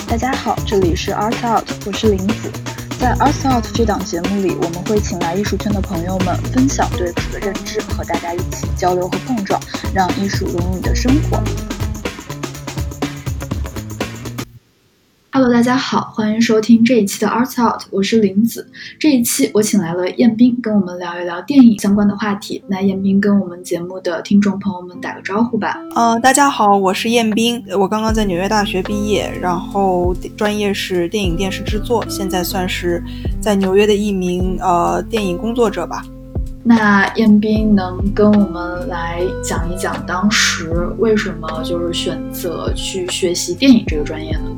大家好，这里是 Art Out， 我是林子。在 Art Out 这档节目里，我们会请来艺术圈的朋友们分享对此的认知，和大家一起交流和碰撞，让艺术融入你的生活。Hello， 大家好，欢迎收听这一期的 Art Out， 我是林子。这一期我请来了彦斌，跟我们聊一聊电影相关的话题。那彦斌跟我们节目的听众朋友们打个招呼吧。 大家好，我是彦斌，我刚刚在纽约大学毕业，然后专业是电影电视制作，现在算是在纽约的一名电影工作者吧。 那彦斌能跟我们来讲一讲当时为什么就是选择去学习电影这个专业呢？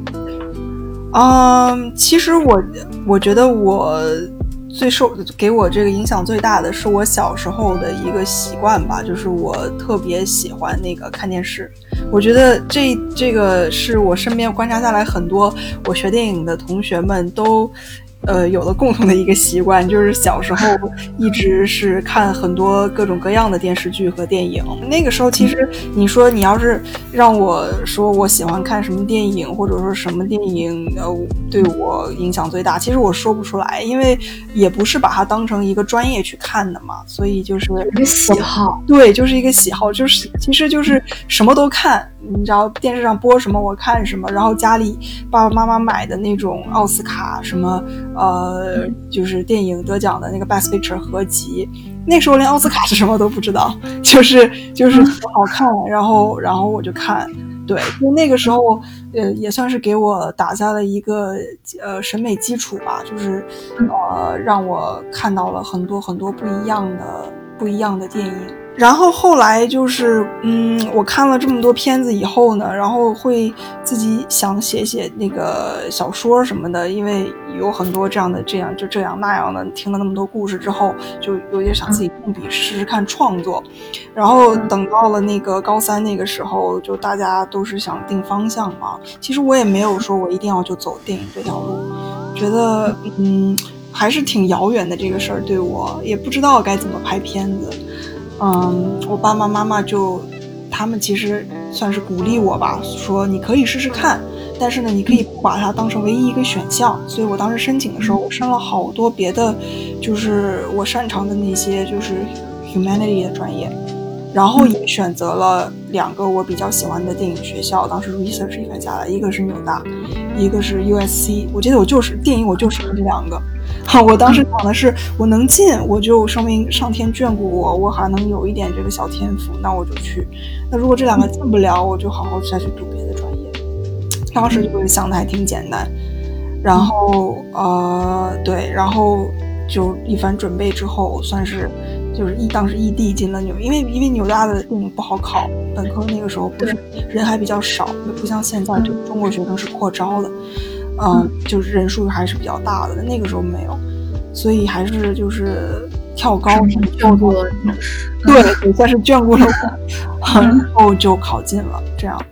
其实我觉得我给我这个影响最大的是我小时候的一个习惯吧，就是我特别喜欢那个看电视。我觉得这个是我身边观察下来很多我学电影的同学们都有了共同的一个习惯，就是小时候一直是看很多各种各样的电视剧和电影。那个时候其实你说你要是让我说我喜欢看什么电影，或者说什么电影对我影响最大，其实我说不出来，因为也不是把它当成一个专业去看的嘛，所以就是一个喜好。 对，就是一个喜好，就是其实就是什么都看，你知道电视上播什么我看什么，然后家里爸爸妈妈买的那种奥斯卡什么就是电影得奖的那个 Best Picture 合集，那时候连奥斯卡是什么都不知道，就是好看，然后我就看。对，就那个时候也算是给我打下了一个审美基础吧，就是让我看到了很多很多不一样的电影。然后后来就是我看了这么多片子以后呢，然后会自己想写那个小说什么的，因为有很多这样那样的，听了那么多故事之后，就有点想自己动笔试试看创作。然后等到了那个高三那个时候，就大家都是想定方向嘛，其实我也没有说我一定要就走电影这条路，觉得还是挺遥远的这个事儿，对我也不知道该怎么拍片子。我爸爸妈妈他们其实算是鼓励我吧，说你可以试试看，但是呢你可以不把它当成唯一一个选项。所以我当时申请的时候，我申了好多别的就是我擅长的那些就是 humanity 的专业，然后也选择了2个我比较喜欢的电影学校，当时 research 一份下来，一个是纽大，一个是 USC。 我记得我就是电影，我就选这2个。我当时想的是我能进，我就说明上天眷顾我还能有一点这个小天赋，那我就去。那如果这2个进不了，我就好好再去读别的专业。当时就是想的还挺简单，然后对，然后就一番准备之后，算是就是当时异地进了纽，因为纽大的电影不好考，本科那个时候不是人还比较少，不像现在就中国学生是扩招的。就是人数还是比较大的，那个时候没有，所以还是就是跳高眷顾了你， 对，算是眷顾了我，然后就考进了，这样。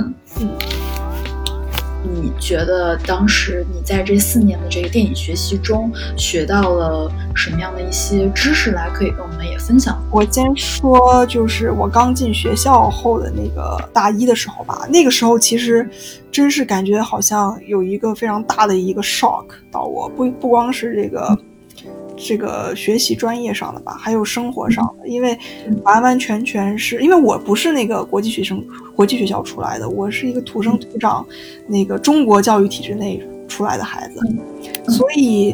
你觉得当时你在这4年的这个电影学习中学到了什么样的一些知识来可以跟我们也分享？ 我先说就是我刚进学校后的那个大1的时候吧，那个时候其实真是感觉好像有一个非常大的一个 shock 到我，不光是这个学习专业上的吧，还有生活上的，因为完完全全是因为我不是那个国际学校出来的，我是一个土生土长那个中国教育体制内出来的孩子，所以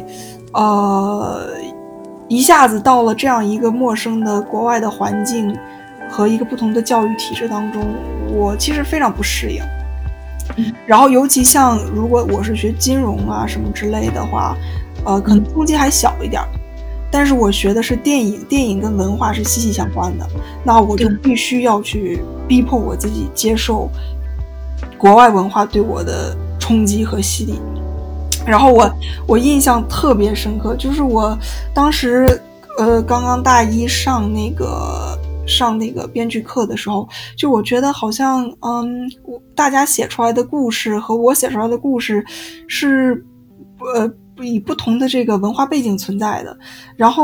一下子到了这样一个陌生的国外的环境和一个不同的教育体制当中，我其实非常不适应。然后尤其像如果我是学金融啊什么之类的话，可能冲击还小一点，但是我学的是电影跟文化是息息相关的，那我就必须要去逼迫我自己接受国外文化对我的冲击和洗礼。然后我印象特别深刻，就是我当时刚刚大1上那个编剧课的时候，就我觉得好像大家写出来的故事和我写出来的故事是以不同的这个文化背景存在的，然后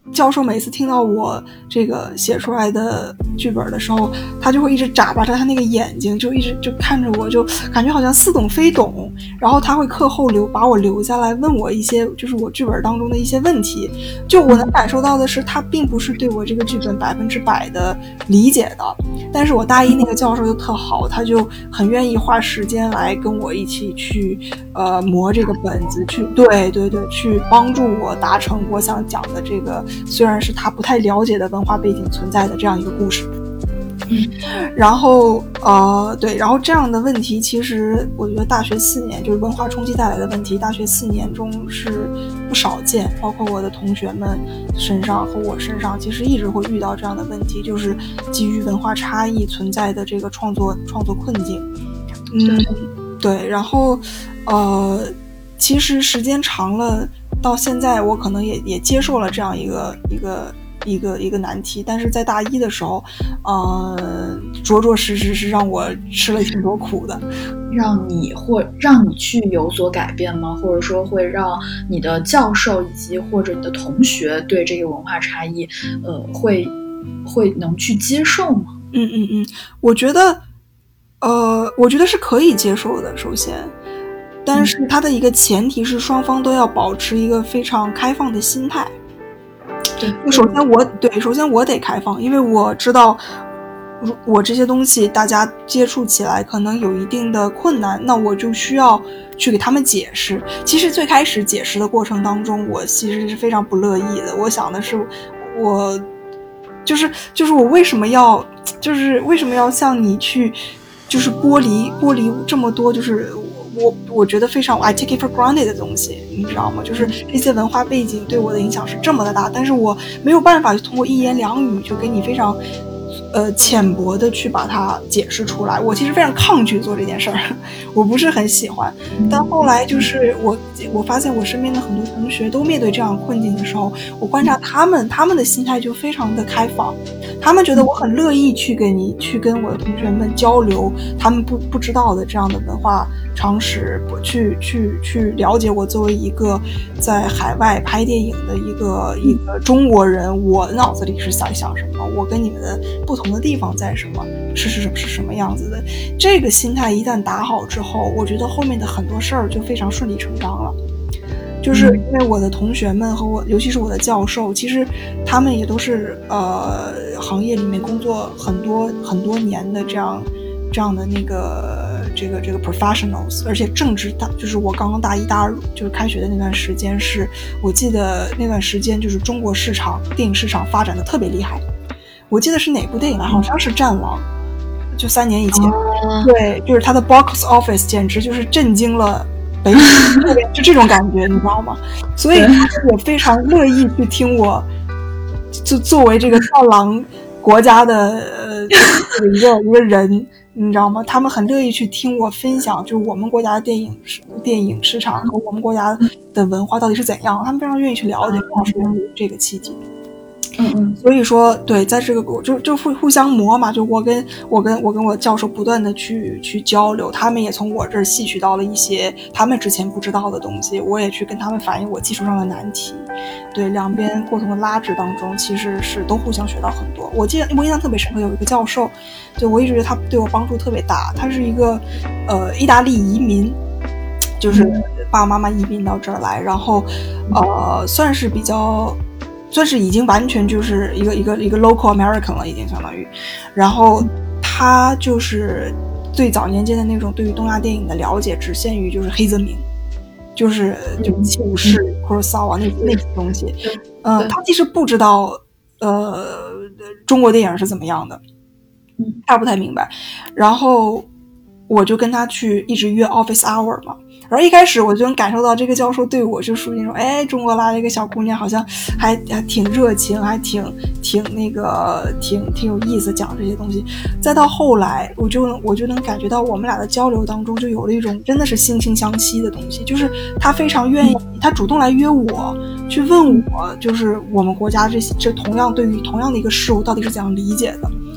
教授每次听到我这个写出来的剧本的时候，他就会一直眨巴着他那个眼睛，就一直就看着我，就感觉好像似懂非懂。然后他会课后把我留下来问我一些就是我剧本当中的一些问题。就我能感受到的是，他并不是对我这个剧本100%的理解的。但是我大一那个教授就特好，他就很愿意花时间来跟我一起去磨这个本子，去对，去帮助我达成我想讲的这个虽然是他不太了解的文化背景存在的这样一个故事。然后对，然后这样的问题其实我觉得大学4年就是文化冲击带来的问题，大学4年中是不少见，包括我的同学们身上和我身上其实一直会遇到这样的问题，就是基于文化差异存在的这个创作困境。对，然后其实时间长了，到现在我可能也接受了这样一个难题，但是在大一的时候，着实是让我吃了挺多苦的。 让你去有所改变吗？或者说会让你的教授以及或者你的同学对这个文化差异，会能去接受吗？ 我觉得是可以接受的，首先。但是它的一个前提是双方都要保持一个非常开放的心态。 对， 首先我得开放，因为我知道我这些东西大家接触起来可能有一定的困难，那我就需要去给他们解释。其实最开始解释的过程当中，我其实是非常不乐意的。我想的是，我就是我为什么要向你去就是剥离这么多就是我觉得非常I take it for granted 的东西，你知道吗？就是这些文化背景对我的影响是这么的大，但是我没有办法通过一言两语就给你非常浅薄的去把它解释出来。我其实非常抗拒做这件事儿，我不是很喜欢。但后来就是我发现我身边的很多同学都面对这样困境的时候，我观察他们的心态就非常的开放，他们觉得我很乐意去跟我的同学们交流他们不知道的这样的文化常识，去了解我作为一个在海外拍电影的一个中国人，我脑子里是在想什么，我跟你们的不同的地方在什么，是什么样子的。这个心态一旦打好之后，我觉得后面的很多事儿就非常顺理成章了。就是因为我的同学们和我，尤其是我的教授，其实他们也都是行业里面工作很多年的这样的那个这个 professionals， 而且正值就是我刚刚大一大二就是开学的那段时间，是我记得那段时间就是中国电影市场发展的特别厉害。我记得是哪部电影好像是《战狼》，就3年以前。对，就是他的 box office 简直就是震惊了北美，就这种感觉，你知道吗？所以我非常乐意去听我，就作为这个战狼国家的一个人，你知道吗？他们很乐意去听我分享，就是我们国家的电影市场和我们国家的文化到底是怎样，他们非常愿意去了解，刚好是这个契机。所以说对，在这个就互相磨嘛，就我跟我教授不断的去交流，他们也从我这儿吸取到了一些他们之前不知道的东西，我也去跟他们反映我技术上的难题。对，两边过程的拉扯当中，其实是都互相学到很多。我印象特别深刻，有一个教授，对，我一直觉得他对我帮助特别大。他是一个意大利移民，就是爸爸妈妈移民到这儿来，然后算是已经完全就是一个 local American 了，已经相当于。然后他就是最早年间的那种对于东亚电影的了解，只限于就是黑泽明，就是七武士、Kurosawa 那些东西。他其实不知道中国电影是怎么样的，他不太明白。然后我就跟他去一直约 office hour 嘛。然后一开始我就能感受到这个教授对我就属于那种，中国来了一个小姑娘，好像还挺热情，还挺有意思，讲这些东西。再到后来，我就能感觉到我们俩的交流当中就有了一种真的是惺惺相惜的东西，就是他非常愿意，他主动来约我，去问我，就是我们国家这同样对于同样的一个事物到底是怎样理解的。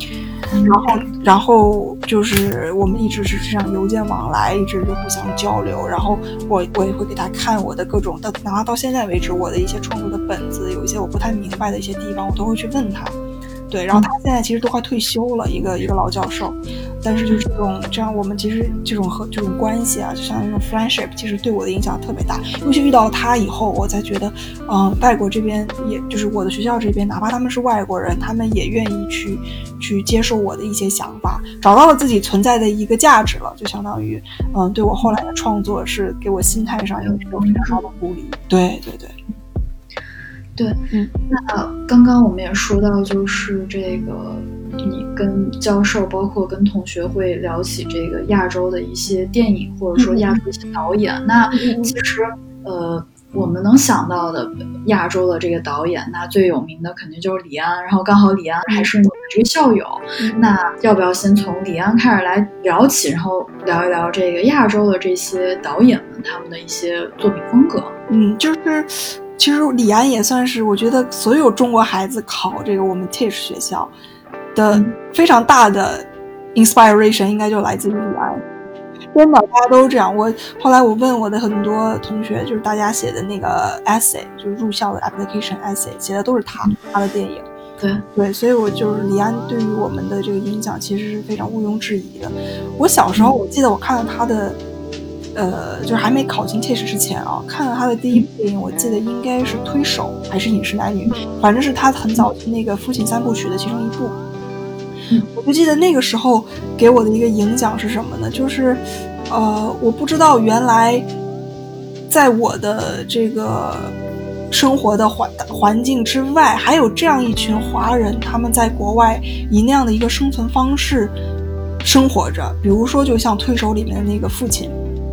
然后就是我们一直是这样邮件往来，一直是互相交流，然后我也会给他看我的各种，哪怕到现在为止我的一些创作的本子，有一些我不太明白的一些地方，我都会去问他。对，然后他现在其实都快退休了，一个老教授，但是就是这样我们其实这种关系啊，就像那种 friendship， 其实对我的影响特别大。尤其遇到他以后，我才觉得，外国这边也就是我的学校这边，哪怕他们是外国人，他们也愿意去接受我的一些想法，找到了自己存在的一个价值了，就相当于，对我后来的创作是给我心态上有非常好的鼓励。对。 对，那刚刚我们也说到，就是这个你跟教授，包括跟同学会聊起这个亚洲的一些电影，或者说亚洲一些导演。那其实我们能想到的亚洲的这个导演，那最有名的肯定就是李安，然后刚好李安还是你的这个校友。那要不要先从李安开始来聊起，然后聊一聊这个亚洲的这些导演们他们的一些作品风格？ 就是其实李安也算是我觉得所有中国孩子考这个我们 Tisch 学校的非常大的 inspiration， 应该就来自于李安。真的，大家都这样。后来我问我的很多同学，就是大家写的那个 essay， 就是入校的 application essay， 写的都是他的电影。对，所以我就是李安对于我们的这个影响其实是非常毋庸置疑的。我小时候我记得我看了他的就是还没考进 Tisch 之前啊，看了他的第一部电影，我记得应该是《推手》还是《饮食男女》，反正是他很早期那个父亲三部曲的其中一部。我就记得那个时候给我的一个影响是什么呢？就是我不知道原来在我的这个生活的环境之外，还有这样一群华人，他们在国外以那样的一个生存方式生活着。比如说就像《推手》里面的那个父亲，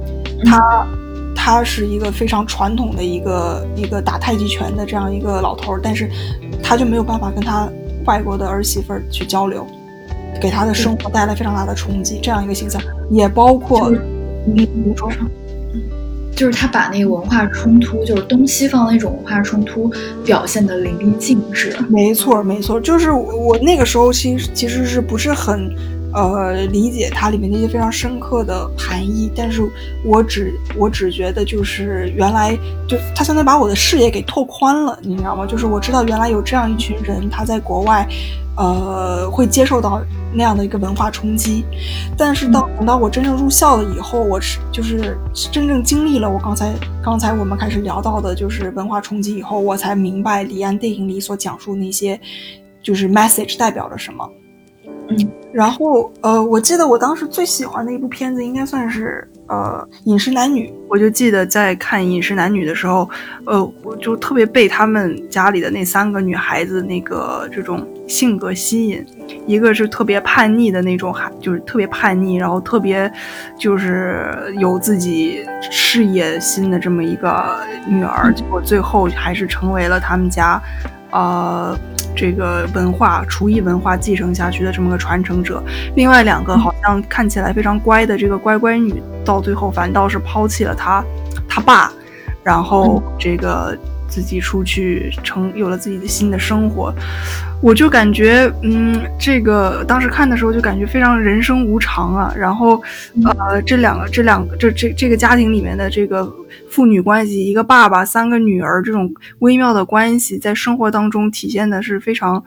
他是一个非常传统的一个打太极拳的这样一个老头，但是他就没有办法跟他外国的儿媳妇去交流，给他的生活带来非常大的冲击。这样一个形象也包括你说就是他把那个文化冲突，就是东西方的那种文化冲突表现得淋漓尽致。 没错，就是我那个时候其实是不是很理解它里面那些非常深刻的含义，但是我只觉得就是原来就它相当于把我的视野给拓宽了，你知道吗？就是我知道原来有这样一群人，他在国外会接受到那样的一个文化冲击，但是等到我真正入校了以后，我就是真正经历了我刚才我们开始聊到的就是文化冲击以后，我才明白李安电影里所讲述那些就是 message 代表着什么。然后我记得我当时最喜欢的一部片子应该算是饮食男女。我就记得在看饮食男女的时候，我就特别被他们家里的那3个女孩子那个这种性格吸引。一个是特别叛逆的那种，就是特别叛逆，然后特别就是有自己事业心的这么一个女儿，结果最后还是成为了他们家这个厨艺文化继承下去的这么个传承者。另外2个好像看起来非常乖的这个乖乖女，到最后反倒是抛弃了他爸，然后这个自己出去有了自己的新的生活。我就感觉这个当时看的时候就感觉非常人生无常啊。然后这个家庭里面的这个父女关系，一个爸爸3个女儿，这种微妙的关系在生活当中体现的是非常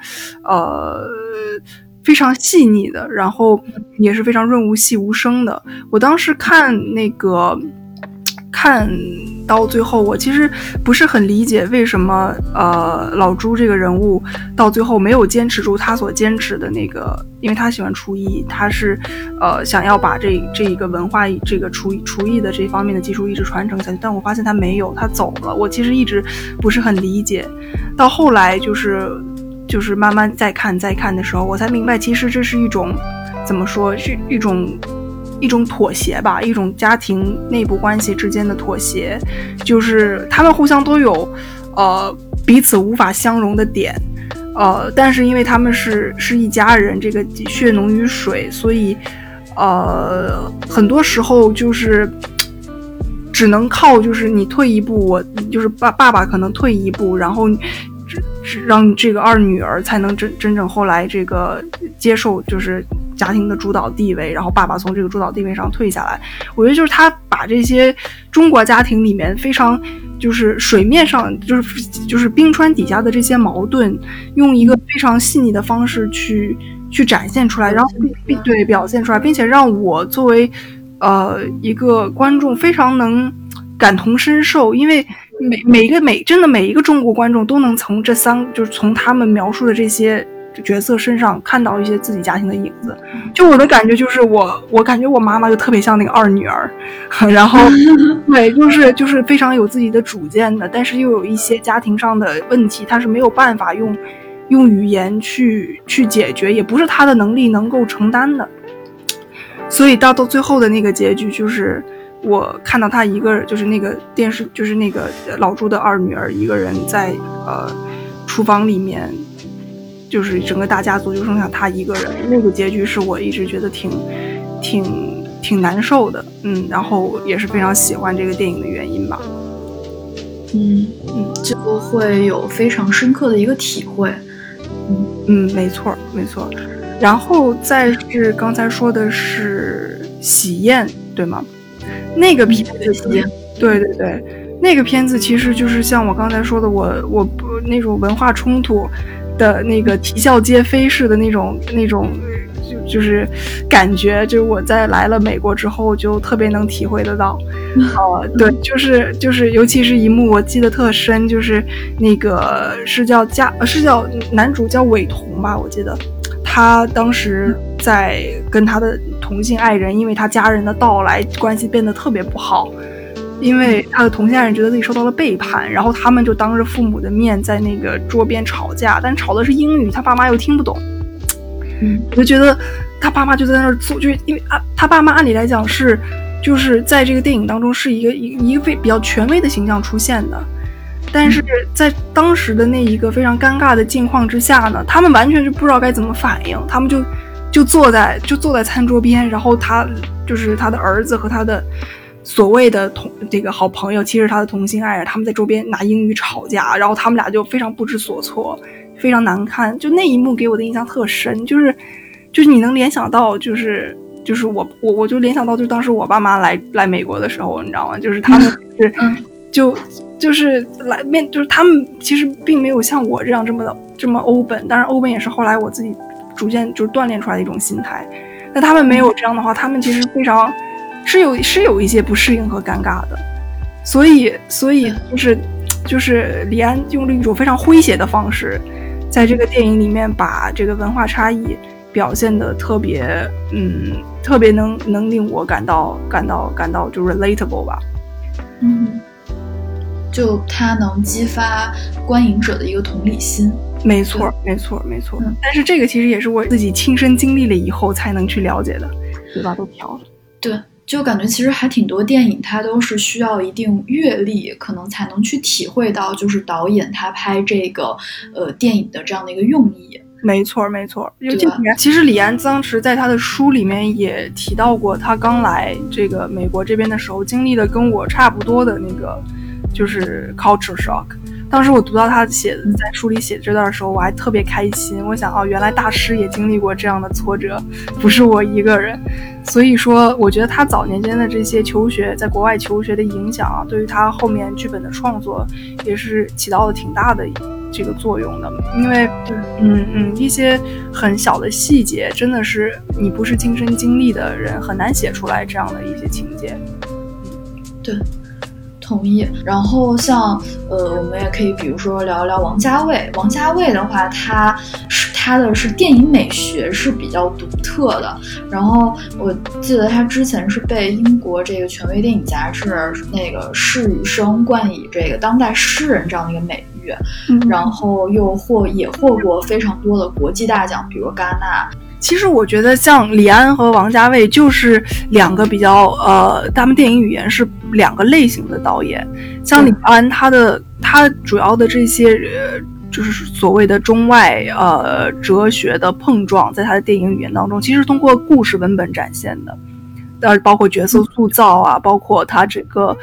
细腻的，然后也是非常润物细无声的。我当时看到最后，我其实不是很理解为什么老朱这个人物到最后没有坚持住他所坚持的那个，因为他喜欢厨艺，他是想要把这一个文化，这个厨艺的这方面的技术一直传承下去，但我发现他没有，他走了。我其实一直不是很理解，到后来就是慢慢再看的时候，我才明白，其实这是一种怎么说，是一种妥协吧，一种家庭内部关系之间的妥协，就是他们互相都有彼此无法相容的点，但是因为他们是一家人，这个血浓于水，所以很多时候就是只能靠就是你退一步，我就是爸爸可能退一步，然后让这个二女儿才能真正后来这个接受就是家庭的主导地位，然后爸爸从这个主导地位上退下来。我觉得就是他把这些中国家庭里面非常就是水面上就是冰川底下的这些矛盾，用一个非常细腻的方式去展现出来，然后对表现出来，并且让我作为一个观众非常能感同身受，因为真的每一个中国观众都能从就是从他们描述的这些角色身上看到一些自己家庭的影子。就我的感觉就是我感觉我妈妈就特别像那个二女儿，然后对，就是非常有自己的主见的，但是又有一些家庭上的问题，她是没有办法用语言去解决，也不是她的能力能够承担的。所以到最后的那个结局，就是我看到她一个就是那个电视就是那个老朱的二女儿一个人在厨房里面，就是整个大家族就剩下她一个人，那个结局是我一直觉得挺难受的，然后也是非常喜欢这个电影的原因吧。 这个会有非常深刻的一个体会。 没错。然后再是刚才说的是喜宴，对吗？那个片子，对，那个片子其实就是像我刚才说的，我那种文化冲突的那个啼笑皆非式的那种就是感觉，就是我在来了美国之后就特别能体会得到。对，就是尤其是一幕我记得特深，就是那个是叫男主叫伟彤吧，我记得他当时在跟他的同性爱人，因为他家人的到来，关系变得特别不好，因为他的同性爱人觉得自己受到了背叛，然后他们就当着父母的面在那个桌边吵架，但吵的是英语，他爸妈又听不懂。我就觉得他爸妈就在那儿做，就是因为他爸妈按理来讲就是在这个电影当中是一个比较权威的形象出现的，但是在当时的那一个非常尴尬的境况之下呢，他们完全就不知道该怎么反应，他们就坐在餐桌边，然后就是他的儿子和他的所谓的这个好朋友，其实他的同性爱人，他们在周边拿英语吵架，然后他们俩就非常不知所措，非常难看。就那一幕给我的印象特深，就是你能联想到就是我就联想到，就当时我爸妈来美国的时候，你知道吗？就是他们就是来面，就是他们其实并没有像我这样这么欧本，当然欧本也是后来我自己逐渐就是锻炼出来的一种心态。但他们没有这样的话，他们其实非常是有一些不适应和尴尬的，所以就是李安用了一种非常诙谐的方式，在这个电影里面把这个文化差异表现的特别能令我感到就 relatable 吧。 就它能激发观影者的一个同理心。 没错。但是这个其实也是我自己亲身经历了以后才能去了解的，嘴巴都瓢了。 对，就感觉其实还挺多电影它都是需要一定阅历可能才能去体会到，就是导演他拍这个电影的这样的一个用意。 没错。其实李安当时在他的书里面也提到过，他刚来这个美国这边的时候经历了跟我差不多的那个就是 culture shock。当时我读到他在书里写这段的时候，我还特别开心，我想原来大师也经历过这样的挫折，不是我一个人。所以说我觉得他早年间的这些在国外求学的影响对于他后面剧本的创作也是起到了挺大的这个作用的。因为一些很小的细节真的是你不是亲身经历的人很难写出来这样的一些情节。 对，同意。然后像我们也可以比如说聊一聊王家卫的话，他的电影美学是比较独特的。然后我记得他之前是被英国这个权威电影杂志那个视与声冠以这个当代诗人这样的一个美誉，然后也获过非常多的国际大奖，比如戛纳。 其实我觉得像李安和王家卫就是两个比较他们电影语言是两个类型的导演。像李安他主要的这些就是所谓的中外哲学的碰撞，在他的电影语言当中其实通过故事文本展现的，包括角色塑造啊，包括他这个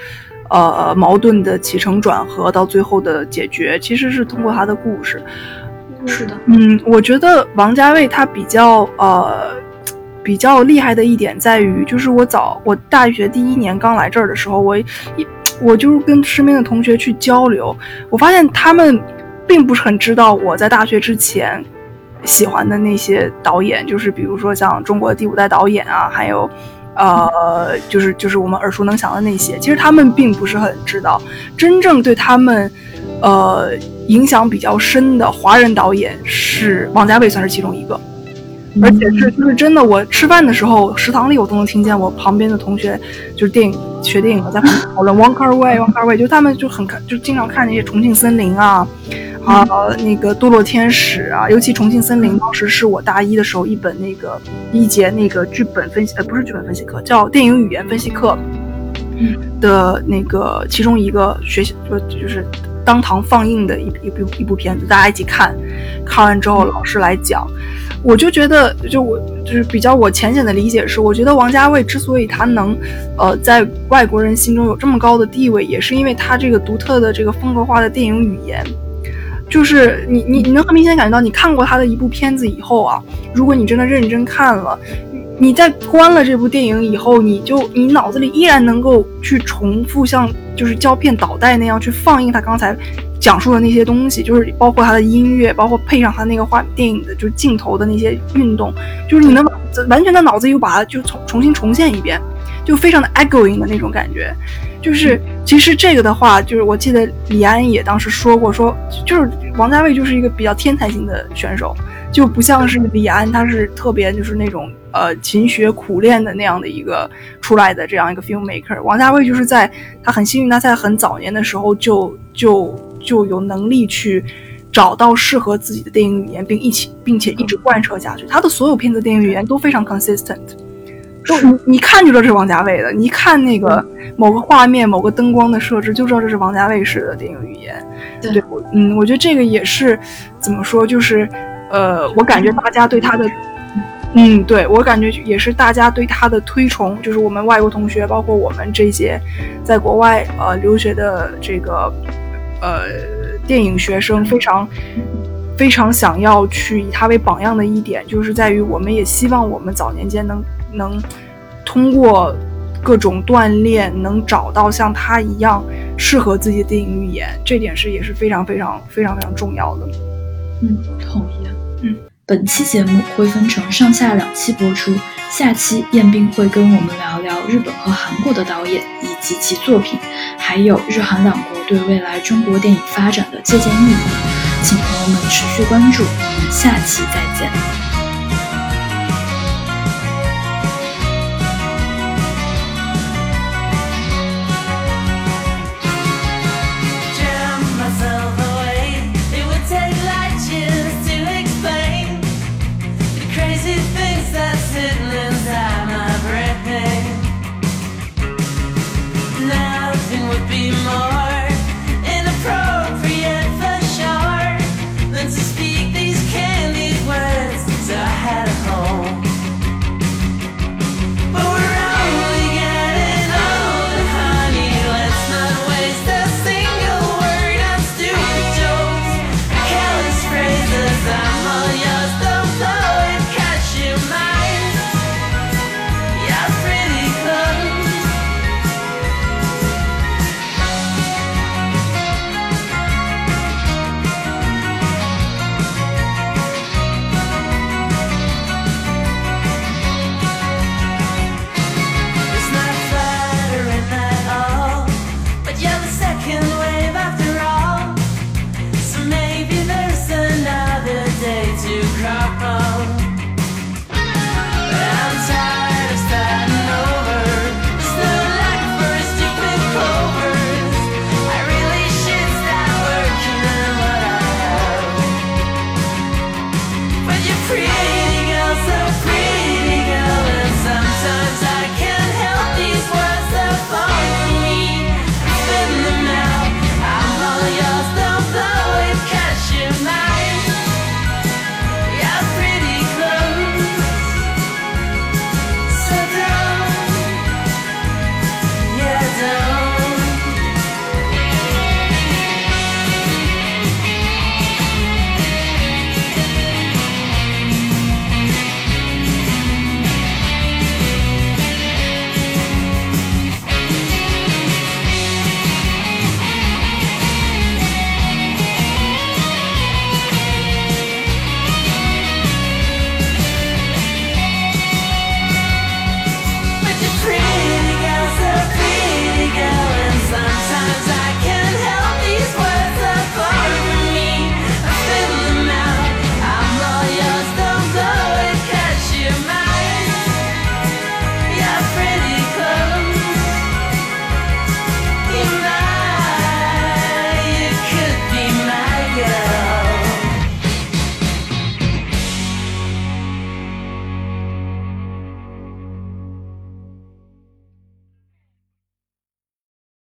矛盾的起承转合到最后的解决，其实是通过他的故事。 是的， 我觉得王家卫他比较厉害的一点在于，就是我大学第1年刚来这儿的时候，我就是跟身边的同学去交流，我发现他们并不是很知道我在大学之前喜欢的那些导演，就是比如说像中国第5代导演啊，还有就是我们耳熟能详的那些，其实他们并不是很知道，真正对他们影响比较深的华人导演是王家卫，算是其中一个。而且就是真的，我吃饭的时候，食堂里我都能听见我旁边的同学，就是学电影的在旁边讨论汪卡尔卫，就他们就经常看那些《重庆森林》啊，那个《堕落天使》啊，尤其《重庆森林》当时是我大1的时候一本那个一节那个剧本分析，不是剧本分析课，叫电影语言分析课的那个其中一个学习，就是当堂放映的一部片子，大家一起看完之后老师来讲。我就觉得，就是比较我浅显的理解是，我觉得王家卫之所以他能，在外国人心中有这么高的地位，也是因为他这个独特的这个风格化的电影语言。就是你能很明显感觉到，你看过他的一部片子以后啊，如果你真的认真看了，你在关了这部电影以后，你脑子里依然能够去重复像就是胶片导带那样去放映他刚才讲述的那些东西，就是包括他的音乐，包括配上他那个电影的就是镜头的那些运动，就是你能完全在脑子里又把它就重新重现一遍，就非常的 echoing 的那种感觉。就是其实这个的话，就是我记得李安也当时说过，说就是王家卫就是一个比较天才型的选手，就不像是李安他是特别就是那种勤学苦练的那样的一个出来的这样一个 filmmaker。王家卫就是在他很幸运，他在很早年的时候就有能力去找到适合自己的电影语言，并且一直贯彻下去。他的所有片子电影语言都非常 consistent， 就你看就知道这是王家卫的，你一看那个某个画面、某个灯光的设置，就知道这是王家卫式的电影语言。对，我觉得这个也是怎么说，就是我感觉大家对他的。对，我感觉也是大家对他的推崇，就是我们外国同学，包括我们这些在国外留学的这个电影学生，非常非常想要去以他为榜样的一点，就是在于我们也希望我们早年间能通过各种锻炼，能找到像他一样适合自己的电影语言，这点也是非常非常非常非常重要的。 同意。本期节目会分成上下2期播出，下期彦斌会跟我们聊聊日本和韩国的导演以及其作品，还有日韩两国对未来中国电影发展的借鉴意义。请朋友们持续关注，我们下期再见。